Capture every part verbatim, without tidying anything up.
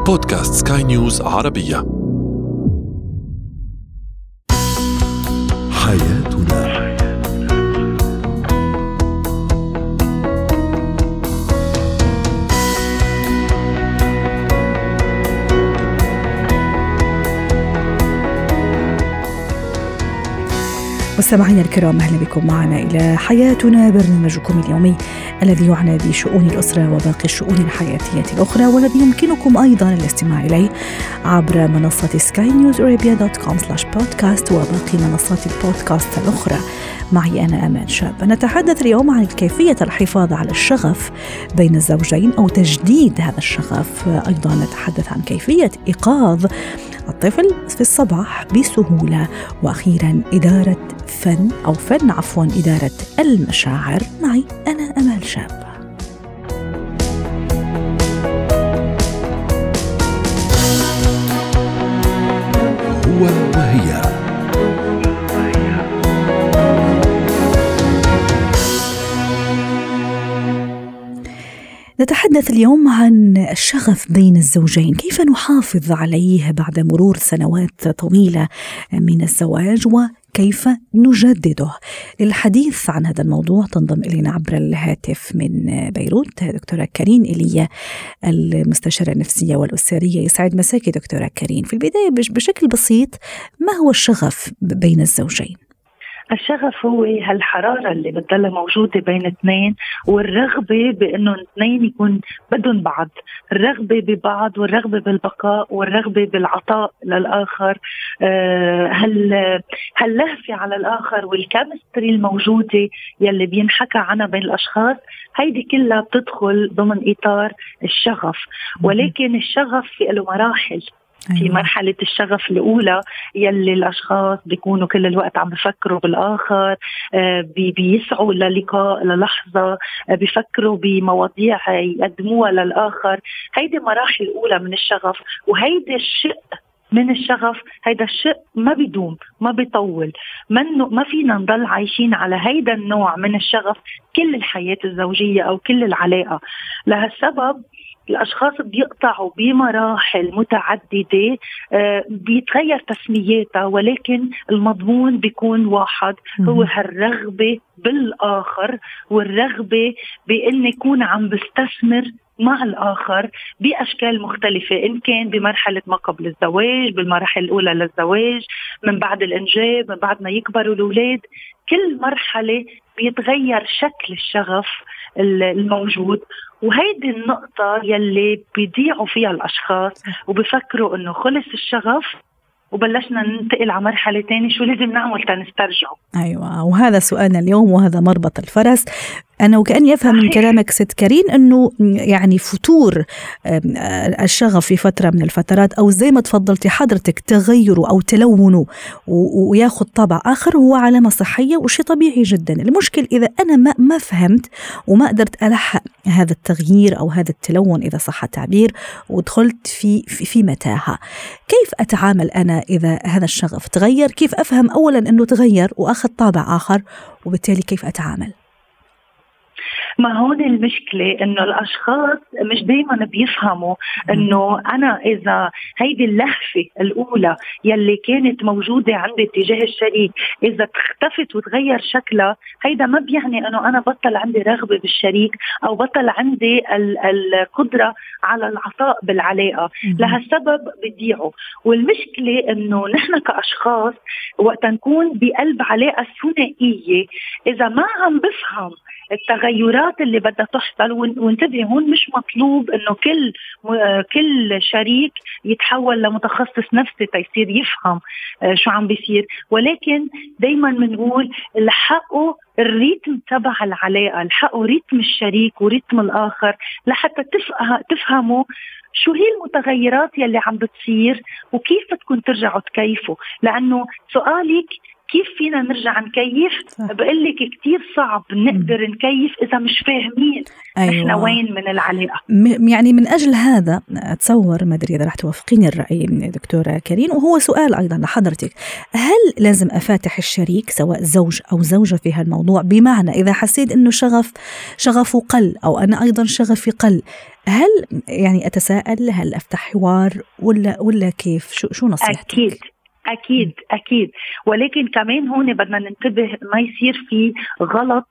بودكاست سكاي نيوز عربية. حياتنا. مستمعينا الكرام، أهلا بكم معنا إلى حياتنا، برنامجكم اليومي الذي يعنى بشؤون الأسرة وباقي الشؤون الحياتية الأخرى، والذي يمكنكم أيضا الاستماع إليه عبر منصة سكاي نيوز أرابيا دوت كوم سلاش بودكاست وباقي منصات البودكاست الأخرى. معي أنا أمان شاب. نتحدث اليوم عن كيفية الحفاظ على الشغف بين الزوجين أو تجديد هذا الشغف. أيضا نتحدث عن كيفية إيقاظ الطفل في الصباح بسهولة، وأخيرا إدارة فن أو فن عفوا إدارة المشاعر. معي أنا أمال شاب. هو وهي. نتحدث اليوم عن الشغف بين الزوجين، كيف نحافظ عليه بعد مرور سنوات طويلة من الزواج وكيف نجدده. للحديث عن هذا الموضوع تنضم إلينا عبر الهاتف من بيروت دكتورة كارين إيليا، المستشارة النفسية والأسرية. يسعد مساكي دكتورة كارين. في البداية بشكل بسيط، ما هو الشغف بين الزوجين؟ الشغف هو هالحرارة اللي بتضل موجودة بين اثنين، والرغبة بأنه اثنين يكون بدون بعض، الرغبة ببعض والرغبة بالبقاء والرغبة بالعطاء للآخر، آه هال هاللهفة على الآخر والكيمستري الموجودة يلي بينحكى عنها بين الأشخاص. هيدي كلها بتدخل ضمن إطار الشغف. ولكن الشغف في له مراحل. في مرحلة الشغف الأولى يلي الأشخاص بيكونوا كل الوقت عم بفكروا بالآخر، بي بيسعوا للقاء للحظة، بيفكروا بمواضيع يقدموها للآخر. هيدي مراحل الأولى من الشغف، وهيدي الشق من الشغف. هيدا الشق ما بيدوم، ما بيطول، منه ما فينا نضل عايشين على هيدا النوع من الشغف كل الحياة الزوجية أو كل العلاقة. لهالسبب الأشخاص بيقطعوا بمراحل متعددة، آه بيتغير تسمياتها، ولكن المضمون بيكون واحد، هو هالرغبة بالآخر والرغبة بأن يكون عم بستثمر مع الآخر بأشكال مختلفة، إن كان بمرحلة ما قبل الزواج، بالمراحل الأولى للزواج، من بعد الإنجاب، من بعد ما يكبروا الأولاد. كل مرحلة بيتغير شكل الشغف الموجود، وهيدي النقطة يلي بيضيعوا فيها الأشخاص وبفكروا إنه خلص الشغف وبلشنا ننتقل على مرحلة تانية، شو لازم نعمل تنسترجعه. أيوة، وهذا سؤالنا اليوم، وهذا مربط الفرس. أنا وكأني أفهم من كلامك ست كارين أنه يعني فتور الشغف في فترة من الفترات، أو زي ما تفضلتي حضرتك تغيره أو تلونه وياخد طابع آخر، هو علامة صحية وشيء طبيعي جدا. المشكل إذا أنا ما, ما فهمت وما قدرت ألحق هذا التغيير أو هذا التلون إذا صح التعبير، ودخلت في, في, في متاهة. كيف أتعامل أنا إذا هذا الشغف تغير؟ كيف أفهم أولا أنه تغير وأخذ طابع آخر، وبالتالي كيف أتعامل؟ ما هون المشكلة إنه الأشخاص مش دايما بيفهموا إنه أنا إذا هيدي اللهفة الأولى يلي كانت موجودة عندي تجاه الشريك إذا تختفت وتغير شكلها، هيدا ما بيعني إنه أنا بطل عندي رغبة بالشريك أو بطل عندي القدرة على العطاء بالعلاقة. لهالسبب بيضيعوا. والمشكلة إنه نحن كأشخاص وقت نكون بقلب علاقة ثنائية، إذا ما عم بفهم التغيرات اللي بدها تحصل، وانتبه هون مش مطلوب انه كل كل شريك يتحول لمتخصص نفسي تيصير يفهم شو عم بيصير، ولكن دايما بنقول الحقوا الريتم تبع العلاقة، الحقوا ريتم الشريك وريتم الآخر لحتى تفهموا شو هي المتغيرات يلي عم بتصير وكيف تكون ترجعوا تكيفوا. لأنه سؤالك كيف فينا نرجع نكيف؟ بقول لك كتير صعب نقدر نكيف إذا مش فاهمين أيوة. نحن وين من العلاقة. م- يعني من أجل هذا أتصور، ما أدري إذا رح توافقيني الرأي دكتورة كريم، وهو سؤال أيضا لحضرتك، هل لازم أفاتح الشريك سواء زوج أو زوجة في هالموضوع؟ بمعنى إذا حسيت إنه شغف شغفه قل أو أنا أيضا شغفي قل، هل يعني أتساءل هل أفتح حوار ولا ولا كيف؟ شو شو نصيحتك؟ أكيد أكيد أكيد، ولكن كمان هون بدنا ننتبه ما يصير في غلط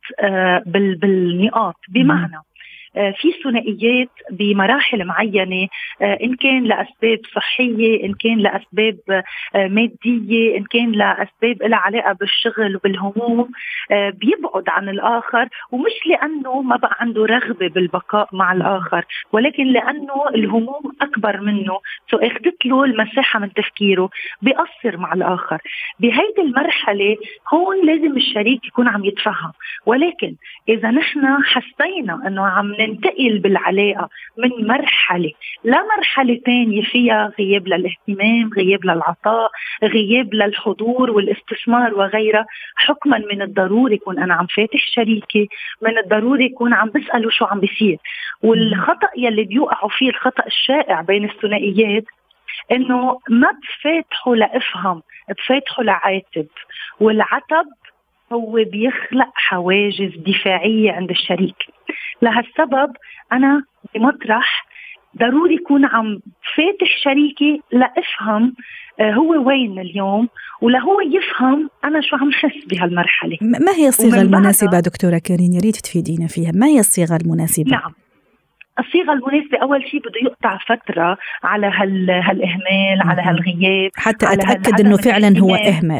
بالنقاط. بمعنى في ثنائيات بمراحل معينة، إن كان لأسباب صحية، إن كان لأسباب مادية، إن كان لأسباب لها علاقة بالشغل وبالهموم، بيبعد عن الآخر، ومش لأنه ما بقى عنده رغبة بالبقاء مع الآخر، ولكن لأنه الهموم أكبر منه، سو أخذت له المساحة من تفكيره، بيقصر مع الآخر. بهيدي المرحلة هون لازم الشريك يكون عم يتفهم. ولكن إذا نحن حسينا أنه عم ننتقل بالعلاقة من مرحلة لمرحلة تانية فيها غياب للاهتمام، غياب للعطاء، غياب للحضور والاستثمار وغيرها، حكما من الضروري يكون أنا عم فاتح شريكي، من الضروري يكون عم بسأله شو عم بيصير. والخطأ يلي بيوقعوا فيه، الخطأ الشائع بين الثنائيات، إنه ما بفاتحوا لأفهم، بفاتحوا لعاتب، والعتب هو بيخلق حواجز دفاعية عند الشريك. لهالسبب أنا بمطرح ضروري يكون عم فاتح شريكي لأفهم هو وين اليوم، ولهو يفهم أنا شو عم حس بهالمرحلة. ما هي الصيغة المناسبة دكتورة كريم؟ يريد تفيدينا فيها. ما هي الصيغة المناسبة؟ نعم، الصيغة المناسبة أول شيء بده يقطع فترة على هال هالإهمال، على هالغياب، حتى أتأكد إنه فعلا هو إهمال.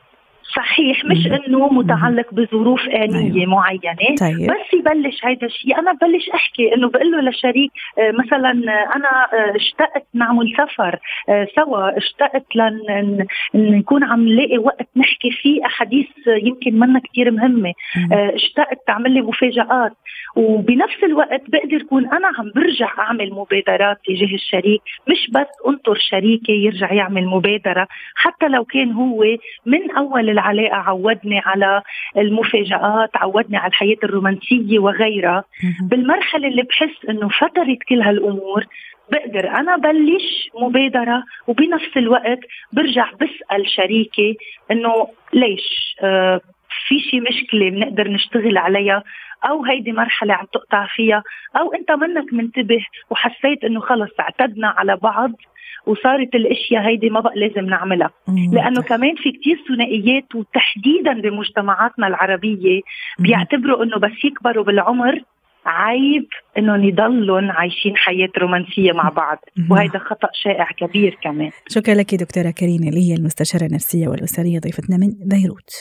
صحيح، مش انه متعلق بظروف آنية أيوة. معينة. طيب. بس يبلش هيدا الشيء، انا ببلش احكي انه بقول له للشريك مثلا انا اشتقت نعمل سفر سوا، اشتقت لن نكون عم نلاقي وقت نحكي فيه احاديث يمكن منا كتير مهمة، اشتقت تعمل لي مفاجآت. وبنفس الوقت بقدر كون انا عم برجع اعمل مبادرات تجاه الشريك، مش بس انطر شريكي يرجع يعمل مبادرة، حتى لو كان هو من اول العلاقة عودني على المفاجآت، عودني على الحياة الرومانسية وغيرها. بالمرحلة اللي بحس انه فترت كل هالامور، بقدر انا بلش مبادرة، وبنفس الوقت برجع بسأل شريكي انه ليش آه في شي مشكلة بنقدر نشتغل عليها، أو هيدي مرحلة عم تقطع فيها، أو أنت منك منتبه وحسيت إنه خلص اعتدنا على بعض وصارت الاشياء هيدي ما بقى لازم نعملها. لانه كمان في كتير ثنائيات، وتحديدا بمجتمعاتنا العربية، بيعتبروا انه بس يكبروا بالعمر عيب انهم يضلوا عايشين حياة رومانسية مع بعض، وهذا خطأ شائع كبير كمان. شكرا لك دكتورة كريم اللي هي المستشارة النفسية والأسرية، ضيفتنا من بيروت.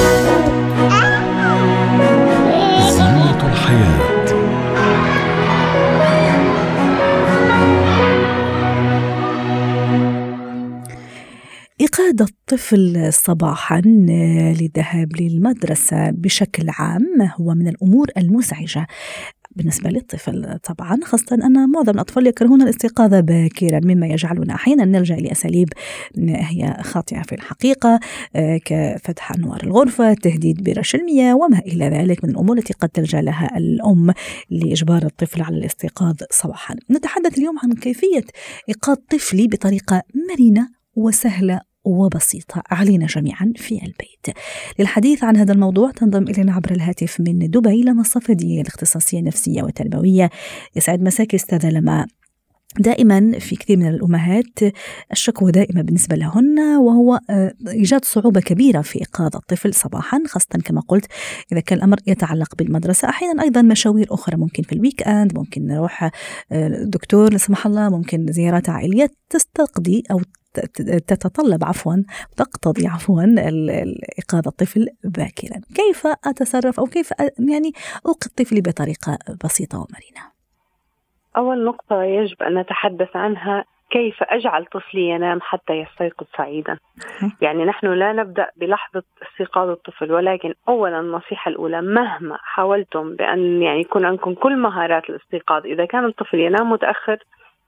زينة الحياة. إيقاظ الطفل صباحا للذهاب للمدرسة بشكل عام هو من الأمور المزعجة بالنسبة للطفل طبعا، خاصة أن معظم الأطفال يكرهون الاستيقاظ باكرا، مما يجعلنا أحيانا نلجأ لأساليب هي خاطئة في الحقيقة، كفتح أنوار الغرفة، تهديد برش المياه وما إلى ذلك من الأمور التي قد تلجأ لها الأم لإجبار الطفل على الاستيقاظ صباحا. نتحدث اليوم عن كيفية إيقاظ طفلي بطريقة مرنة وسهلة وبسيطة علينا جميعا في البيت. للحديث عن هذا الموضوع تنضم إلينا عبر الهاتف من دبي لما صفدي الاختصاصية النفسية والتربوية. يسعد مساك أستاذة لما. دائما في كثير من الأمهات الشكوى دائما بالنسبة لهن وهو إيجاد صعوبة كبيرة في إيقاظ الطفل صباحا، خاصة كما قلت إذا كان الأمر يتعلق بالمدرسة، أحيانا أيضا مشاوير أخرى، ممكن في الويك أند، ممكن نروح دكتور لا سمح الله، ممكن زيارات عائلية تستقضي أو تتطلب عفوا تقتضي عفوا إيقاظ الطفل باكرا. كيف أتصرف أو كيف يعني أوقظ طفلي بطريقة بسيطة ومرنة؟ أول نقطة يجب أن نتحدث عنها كيف أجعل طفلي ينام حتى يستيقظ سعيدا. يعني نحن لا نبدأ بلحظة استيقاظ الطفل، ولكن أولا النصيحة الأولى مهما حاولتم بأن يعني يكون عندكم كل مهارات الاستيقاظ، إذا كان الطفل ينام متأخر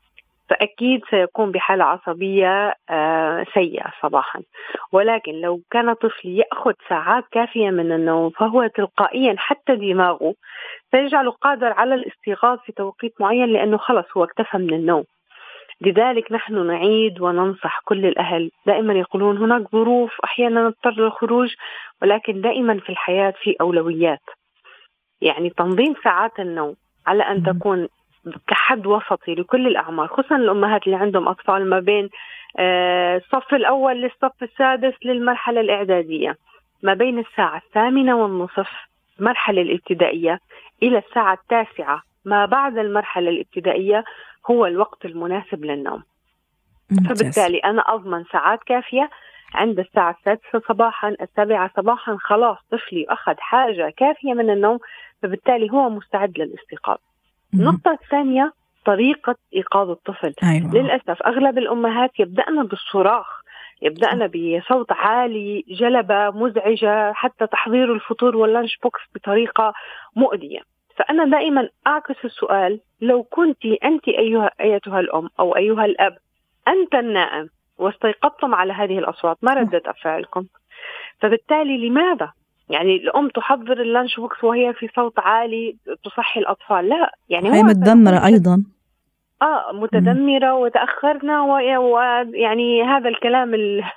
فأكيد سيكون بحالة عصبية سيئة صباحا. ولكن لو كان طفل يأخذ ساعات كافية من النوم فهو تلقائيا حتى دماغه سيجعله قادر على الاستيقاظ في توقيت معين، لأنه خلص هو اكتفى من النوم. لذلك نحن نعيد وننصح كل الأهل، دائما يقولون هناك ظروف أحيانا نضطر للخروج، ولكن دائما في الحياة في أولويات. يعني تنظيم ساعات النوم على أن تكون كحد وسطي لكل الأعمار، خصوصا الأمهات اللي عندهم أطفال ما بين الصف الأول للصف السادس للمرحلة الإعدادية، ما بين الساعة الثامنة والنصف المرحلة الابتدائية إلى الساعة التاسعة ما بعد المرحلة الابتدائية هو الوقت المناسب للنوم. فبالتالي أنا أضمن ساعات كافية. عند الساعة السادسة صباحا السابعة صباحا خلاص طفلي أخذ حاجة كافية من النوم، فبالتالي هو مستعد للاستيقاظ. النقطة الثانية طريقة إيقاظ الطفل. أيوة. للأسف أغلب الأمهات يبدأنا بالصراخ، يبدأنا بصوت عالي، جلبة مزعجة، حتى تحضير الفطور واللانش بوكس بطريقة مؤذية. فأنا دائما أعكس السؤال، لو كنت أنت أيها أيتها الأم أو أيها الأب أنت النائم واستيقظتم على هذه الأصوات، ما ردة أفعالكم؟ فبالتالي لماذا يعني الأم تحضر اللانش بوكس وهي في صوت عالي تصحي الأطفال؟ لا، يعني هي متدمرة أيضا. آه متدمرة م. وتأخرنا، ويعني هذا الكلام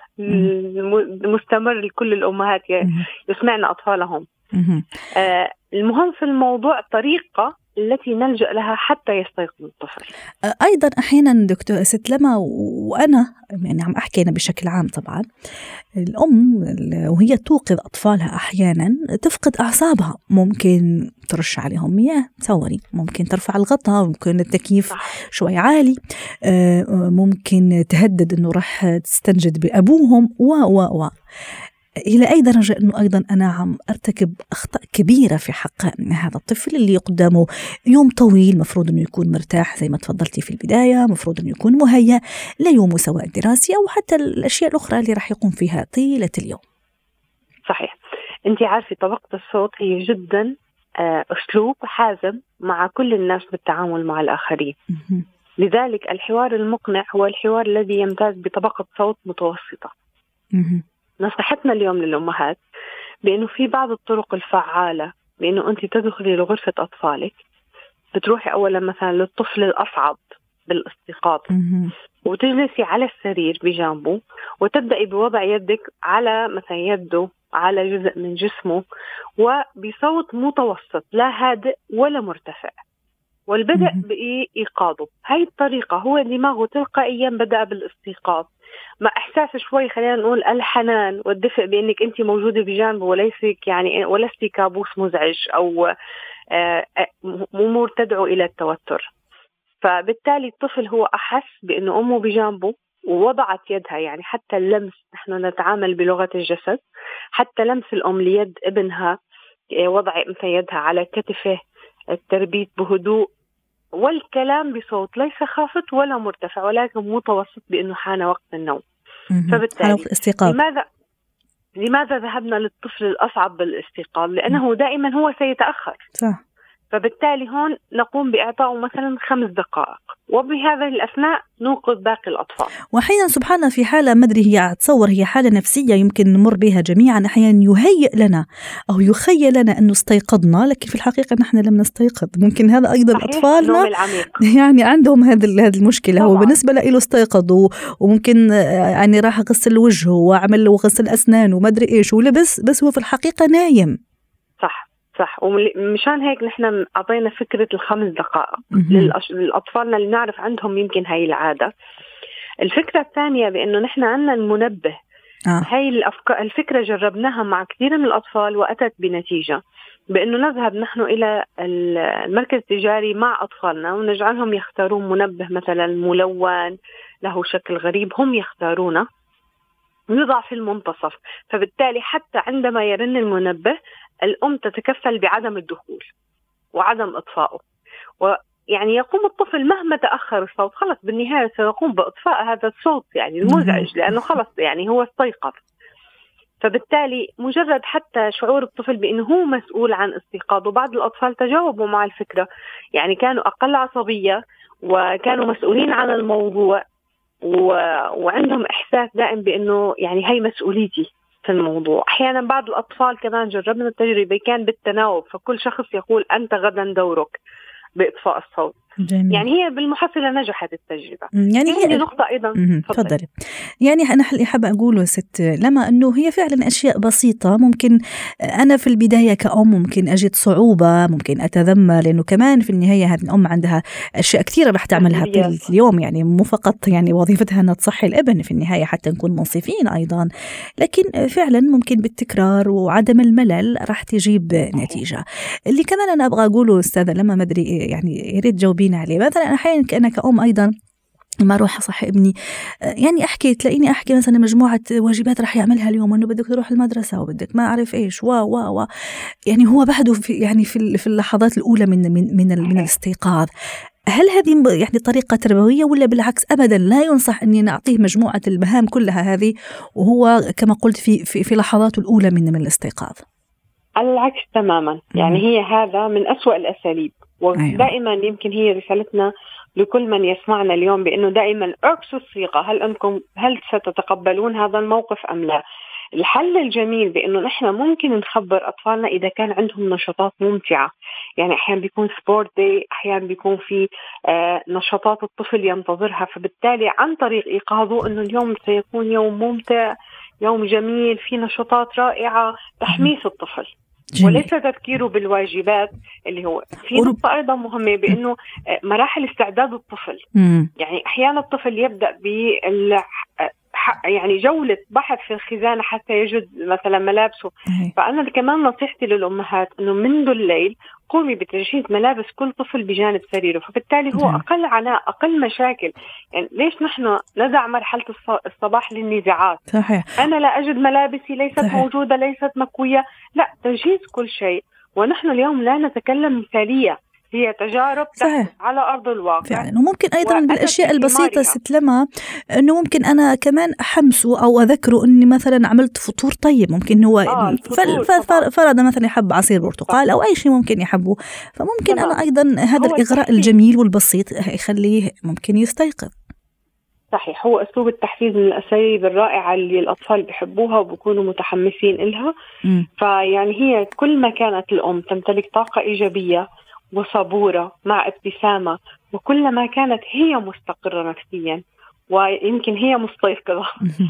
المستمر لكل الأمهات يسمعنا أطفالهم. آه المهم في الموضوع الطريقة التي نلجأ لها حتى يستيقظ الطفل. أيضا أحيانا دكتور ست لما، وأنا يعني عم أحكي أنا بشكل عام، طبعا الأم وهي توقظ أطفالها أحيانا تفقد أعصابها، ممكن ترش عليهم مياه تصوري، ممكن ترفع الغطاء، ممكن التكييف شوي عالي، ممكن تهدد أنه راح تستنجد بأبوهم و و و إلى أي درجة أنه أيضا أنا عم أرتكب أخطاء كبيرة في حق هذا الطفل اللي قدامه يوم طويل، مفروض أنه يكون مرتاح زي ما تفضلتي في البداية، مفروض أنه يكون مهيأ ليومه سواء دراسي أو حتى الأشياء الأخرى اللي راح يقوم فيها طيلة اليوم. صحيح. أنت عارفة طبقة الصوت هي جدا أسلوب حازم مع كل الناس بالتعامل مع الآخرين. لذلك الحوار المقنع هو الحوار الذي يمتاز بطبقة صوت متوسطة. نصيحتنا اليوم للأمهات بأنه في بعض الطرق الفعالة بأنه أنت تدخلي لغرفة أطفالك، بتروحي أولا مثلا للطفل الأصعب بالاستيقاظ وتجلسي على السرير بجانبه وتبدأي بوضع يدك على مثلا يده على جزء من جسمه وبصوت متوسط لا هادئ ولا مرتفع، والبدء بإيقاظه. هاي الطريقة هو دماغه تلقائيا بدأ بالاستيقاظ مع إحساس شوي خلينا نقول الحنان والدفء بأنك أنت موجودة بجانبه وليسك يعني ولست كابوس مزعج أو أمور تدعو إلى التوتر. فبالتالي الطفل هو أحس بأنه أمه بجانبه ووضعت يدها، يعني حتى اللمس، نحن نتعامل بلغة الجسد، حتى لمس الأم ليد ابنها، وضع مثل يدها على كتفه، التربيت بهدوء، والكلام بصوت ليس خافت ولا مرتفع ولكن متوسط بأنه حان وقت النوم. فبالتالي لماذا لماذا ذهبنا للطفل الأصعب بالاستيقاظ؟ لأنه دائما هو سيتأخر. صح. فبالتالي هون نقوم بإعطائه مثلا خمس دقائق، وبهذه الأثناء نوقظ باقي الأطفال. وأحيانا سبحانه في حالة ما أدري هي أتصور هي حالة نفسية يمكن نمر بها جميعا، أحيانا يهيئ لنا أو يخيل لنا أنه استيقظنا لكن في الحقيقة نحن لم نستيقظ. ممكن هذا أيضا أطفالنا يعني عندهم هذا هذه المشكلة. هو بالنسبة له استيقظ وممكن يعني راح غسل وجهه وعمل وغسل أسنانه وما أدري إيش ولبس، بس هو في الحقيقة نايم. صح صح. ومشان هيك نحن أعطينا فكرة الخمس دقائق للأطفالنا اللي نعرف عندهم يمكن هاي العادة. الفكرة الثانية بأنه نحن عندنا المنبه. آه. هاي الأفكار الفكرة جربناها مع كثير من الأطفال وأتت بنتيجة، بأنه نذهب نحن إلى المركز التجاري مع أطفالنا ونجعلهم يختارون منبه مثلا ملون له شكل غريب، هم يختارونه ويضع في المنتصف. فبالتالي حتى عندما يرن المنبه الأم تتكفل بعدم الدخول وعدم إطفائه، ويعني يقوم الطفل مهما تأخر الصوت خلص بالنهاية سيقوم بإطفاء هذا الصوت يعني المزعج، لأنه خلص يعني هو استيقظ. فبالتالي مجرد حتى شعور الطفل بأنه هو مسؤول عن استيقاظه. بعض الأطفال تجاوبوا مع الفكرة، يعني كانوا أقل عصبية وكانوا مسؤولين عن الموضوع و... وعندهم إحساس دائم بأنه يعني هي مسؤوليتي في الموضوع. أحيانا بعض الأطفال كمان جربنا التجربة كان بالتناوب، فكل شخص يقول أنت غدا دورك بإطفاء الصوت. جميل. يعني هي بالمحصلة نجحت التجربة. يعني هي نقطة أيضا تفضلي. يعني أنا اللي حابة أقوله ست لما أنه هي فعلا أشياء بسيطة ممكن أنا في البداية كأم ممكن أجد صعوبة، ممكن أتذمر، لأنه كمان في النهاية هذه الأم عندها أشياء كثيرة رح تعملها في اليوم، يعني مو فقط يعني وظيفتها أنها تصحي الابن في النهاية حتى نكون منصفين أيضا، لكن فعلا ممكن بالتكرار وعدم الملل رح تجيب نتيجة. اللي كمان أنا أبغى أقوله أستاذة لما ما أدري يعني يريد جاوبين عليه، مثلا أحيانا أنا كأم أيضا لما أروح أصحي ابني يعني أحكي تلاقيني أحكي مثلا مجموعة واجبات رح يعملها اليوم، إنه بدك تروح المدرسة وبدك ما أعرف إيش وا وا وا يعني هو بعده في يعني في في اللحظات الأولى من من من, من الاستيقاظ. هل هذه يعني طريقة تربوية ولا بالعكس أبدا لا ينصح أني نعطيه مجموعة المهام كلها هذه وهو كما قلت في في, في لحظاته الأولى من من الاستيقاظ؟ على العكس تماما. يعني هي هذا من أسوأ الأساليب، ودائما أيوة. يمكن هي رسالتنا لكل من يسمعنا اليوم بأنه دائما أركسوا الثقة، هل أنكم هل ستتقبلون هذا الموقف أم لا؟ الحل الجميل بأنه نحن ممكن نخبر أطفالنا إذا كان عندهم نشاطات ممتعة، يعني أحيانا بيكون سبورت داي، أحيانا بيكون في آه نشاطات الطفل ينتظرها، فبالتالي عن طريق إيقاظه أنه اليوم سيكون يوم ممتع، يوم جميل، في نشاطات رائعة، تحميس الطفل جميل. وليس تذكيره بالواجبات. اللي هو في نقطة أيضا مهمة بأنه مراحل استعداد الطفل، مم. يعني أحيانا الطفل يبدأ بال يعني جولة بحث في الخزانة حتى يجد مثلا ملابسه. مم. فأنا كمان نصيحتي للأمهات أنه منذ الليل قومي بتجهيز ملابس كل طفل بجانب سريره، فبالتالي هو أقل عناء، أقل مشاكل. يعني ليش نحن ندع مرحلة الصباح للنزاعات؟ صحيح. أنا لا أجد ملابسي، ليست صحيح. موجودة، ليست مكوية، لا، تجهيز كل شيء. ونحن اليوم لا نتكلم مثالية، هي تجارب على أرض الواقع فعلا. وممكن أيضا بالأشياء البسيطة ست لما أنه ممكن أنا كمان أحمسه أو أذكره أني مثلا عملت فطور طيب، ممكن هو آه فرض مثلا يحب عصير برتقال أو أي شيء ممكن يحبه، فممكن طبعا. أنا أيضا هذا الإغراء الجميل والبسيط يخليه ممكن يستيقظ. صحيح، هو أسلوب التحفيز من الأساليب الرائعة اللي الأطفال بيحبوها وبيكونوا متحمسين إلها. م. فيعني هي كل ما كانت الأم تمتلك طاقة إيجابية وصبورة مع ابتسامة، وكلما كانت هي مستقرة نفسيا ويمكن هي مستيقظة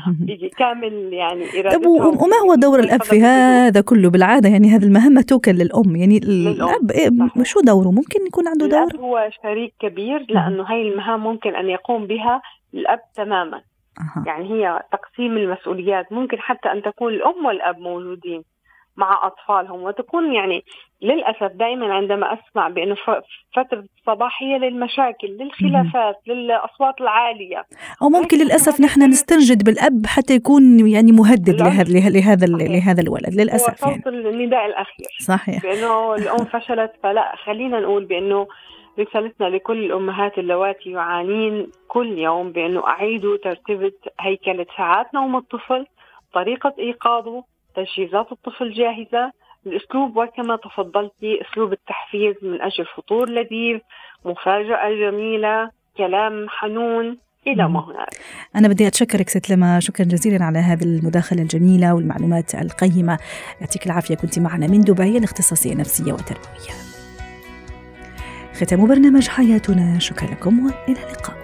كامل يعني إرادتها. وما هو دور الأب في هذا كله بالعادة؟ يعني هذه المهمة توكل للأم، يعني الأب إيه شو دوره؟ ممكن يكون عنده دور؟ الأب هو شريك كبير، لأنه هاي المهام ممكن أن يقوم بها الأب تماما. أه. يعني هي تقسيم المسؤوليات، ممكن حتى أن تكون الأم والأب موجودين مع أطفالهم، وتكون يعني للأسف دائما عندما أسمع بأنه فترة الصباح هي للمشاكل، للخلافات، للأصوات العالية، أو ممكن للأسف نحن نستنجد بالأب حتى يكون يعني مهدد لهذا لهذا لهذا الولد للأسف. هو صوت يعني النداء الأخير صحيح بأنه الأم فشلت. فلا، خلينا نقول بأنه رسالتنا لكل الأمهات اللواتي يعانين كل يوم بأنه أعيدوا ترتيب هيكلة ساعات نوم الطفل، طريقة إيقاظه، تجهيزات الطفل جاهزة، الأسلوب وكما تفضلتي أسلوب التحفيز من أجل فطور لذيذ، مفاجأة جميلة، كلام حنون إلى ما هنالك. أنا بدي أتشكرك ست لما، شكرا جزيلا على هذه المداخلة الجميلة والمعلومات القيمة. يعطيك العافية، كنت معنا من دبي الاختصاصية نفسية وتربوية. ختام برنامج حياتنا، شكرا لكم وإلى اللقاء.